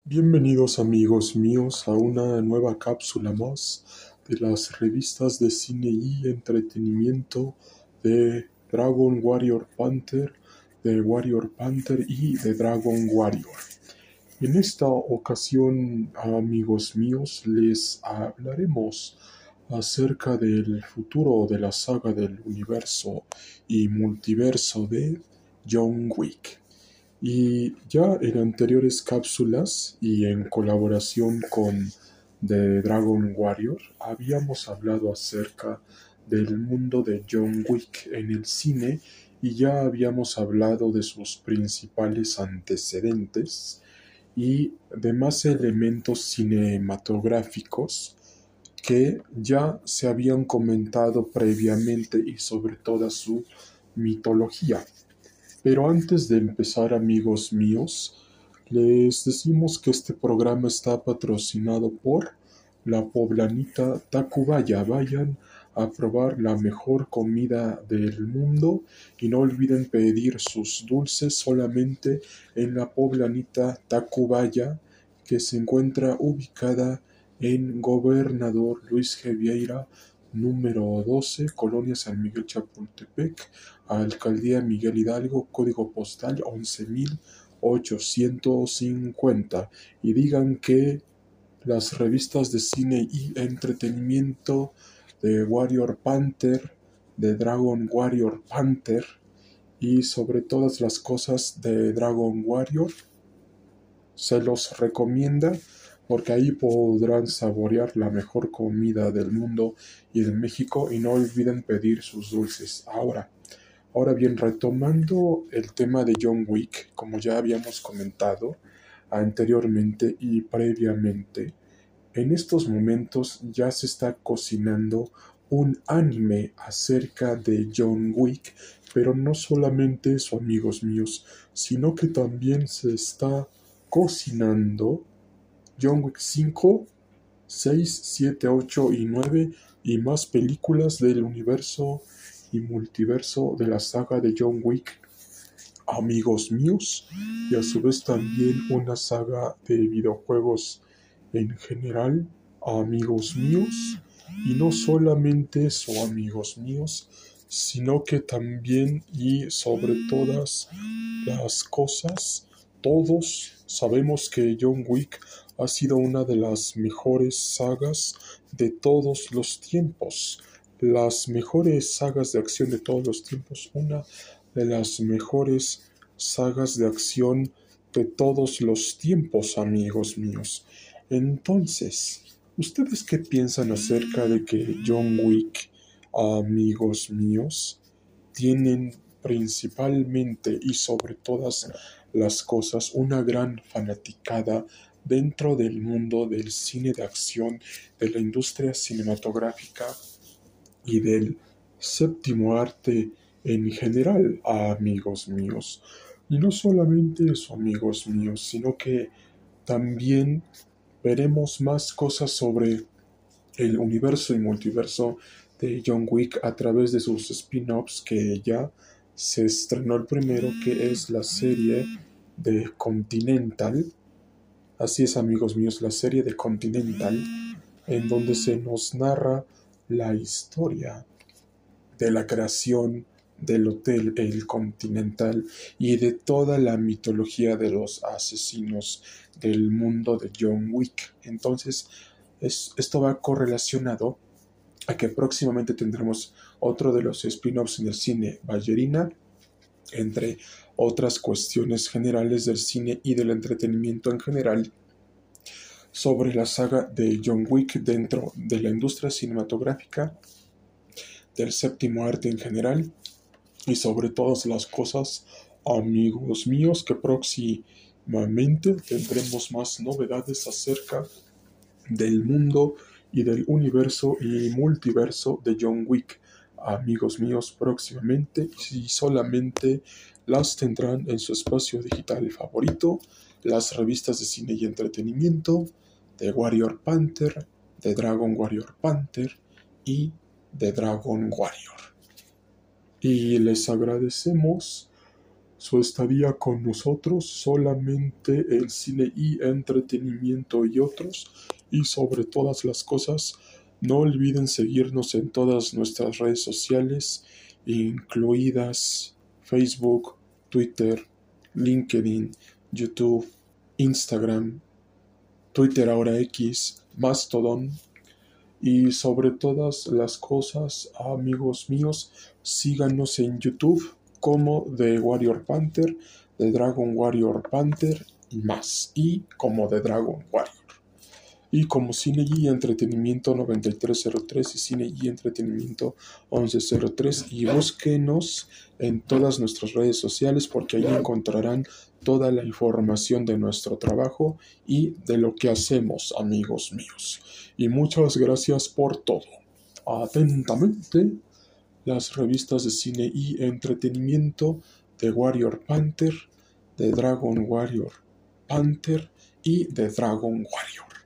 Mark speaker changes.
Speaker 1: Bienvenidos amigos míos a una nueva cápsula más de las revistas de cine y entretenimiento de Dragon Warrior Panther, de Warrior Panther y de Dragon Warrior. En esta ocasión, amigos míos, les hablaremos acerca del futuro de la saga del universo y multiverso de John Wick. Y ya en anteriores cápsulas y en colaboración con The Dragon Warrior habíamos hablado acerca del mundo de John Wick en el cine y ya habíamos hablado de sus principales antecedentes y demás elementos cinematográficos que ya se habían comentado previamente y sobre toda su mitología. Pero antes de empezar, amigos míos, les decimos que este programa está patrocinado por la poblanita Tacubaya. Vayan a probar la mejor comida del mundo y no olviden pedir sus dulces solamente en la poblanita Tacubaya, que se encuentra ubicada en Gobernador Luis G. Vieira, número 12, Colonia San Miguel Chapultepec, Alcaldía Miguel Hidalgo, código postal 11.850. Y digan que las revistas de cine y entretenimiento de Warrior Panther, de Dragon Warrior Panther y sobre todas las cosas de Dragon Warrior se los recomienda, porque ahí podrán saborear la mejor comida del mundo y de México, y no olviden pedir sus dulces. Ahora bien, retomando el tema de John Wick, como ya habíamos comentado anteriormente y previamente, en estos momentos ya se está cocinando un anime acerca de John Wick, pero no solamente eso, amigos míos, sino que también se está cocinando John Wick 5, 6, 7, 8 y 9 y más películas del universo y multiverso de la saga de John Wick, amigos míos, y a su vez también una saga de videojuegos en general, amigos míos, y no solamente eso, amigos míos, sino que también y sobre todas las cosas, todos sabemos que John Wick ha sido una de las mejores sagas de todos los tiempos, las mejores sagas de acción de todos los tiempos, una de las mejores sagas de acción de todos los tiempos, amigos míos. Entonces, ¿ustedes qué piensan acerca de que John Wick, amigos míos, tienen principalmente y sobre todas las cosas una gran fanaticada dentro del mundo del cine de acción, de la industria cinematográfica y del séptimo arte en general, amigos míos? Y no solamente eso, amigos míos, sino que también veremos más cosas sobre el universo y multiverso de John Wick a través de sus spin-offs, que ya se estrenó el primero, que es la serie de Continental. Así es, amigos míos, la serie de Continental, en donde se nos narra la historia de la creación del hotel El Continental y de toda la mitología de los asesinos del mundo de John Wick. Entonces, esto va correlacionado a que próximamente tendremos otro de los spin-offs en el cine, Ballerina, entre otras cuestiones generales del cine y del entretenimiento en general, sobre la saga de John Wick dentro de la industria cinematográfica, del séptimo arte en general y sobre todas las cosas, amigos míos, que próximamente tendremos más novedades acerca del mundo y del universo y multiverso de John Wick, amigos míos, próximamente, y solamente las tendrán en su espacio digital favorito, las revistas de cine y entretenimiento de Warrior Panther, de Dragon Warrior Panther y de Dragon Warrior. Y les agradecemos su estadía con nosotros, solamente el cine y entretenimiento y otros. Y sobre todas las cosas, no olviden seguirnos en todas nuestras redes sociales, incluidas Facebook, Twitter, LinkedIn, YouTube, Instagram, Twitter ahora X, Mastodon. Y sobre todas las cosas, amigos míos, síganos en YouTube como The Warrior Panther, The Dragon Warrior Panther y más. Y como The Dragon Warrior. Y como Cine y Entretenimiento 9303 y Cine y Entretenimiento 1103. Y búsquenos en todas nuestras redes sociales porque ahí encontrarán toda la información de nuestro trabajo y de lo que hacemos, amigos míos. Y muchas gracias por todo. Atentamente, las revistas de cine y entretenimiento de Warrior Panther, de Dragon Warrior Panther y de Dragon Warrior.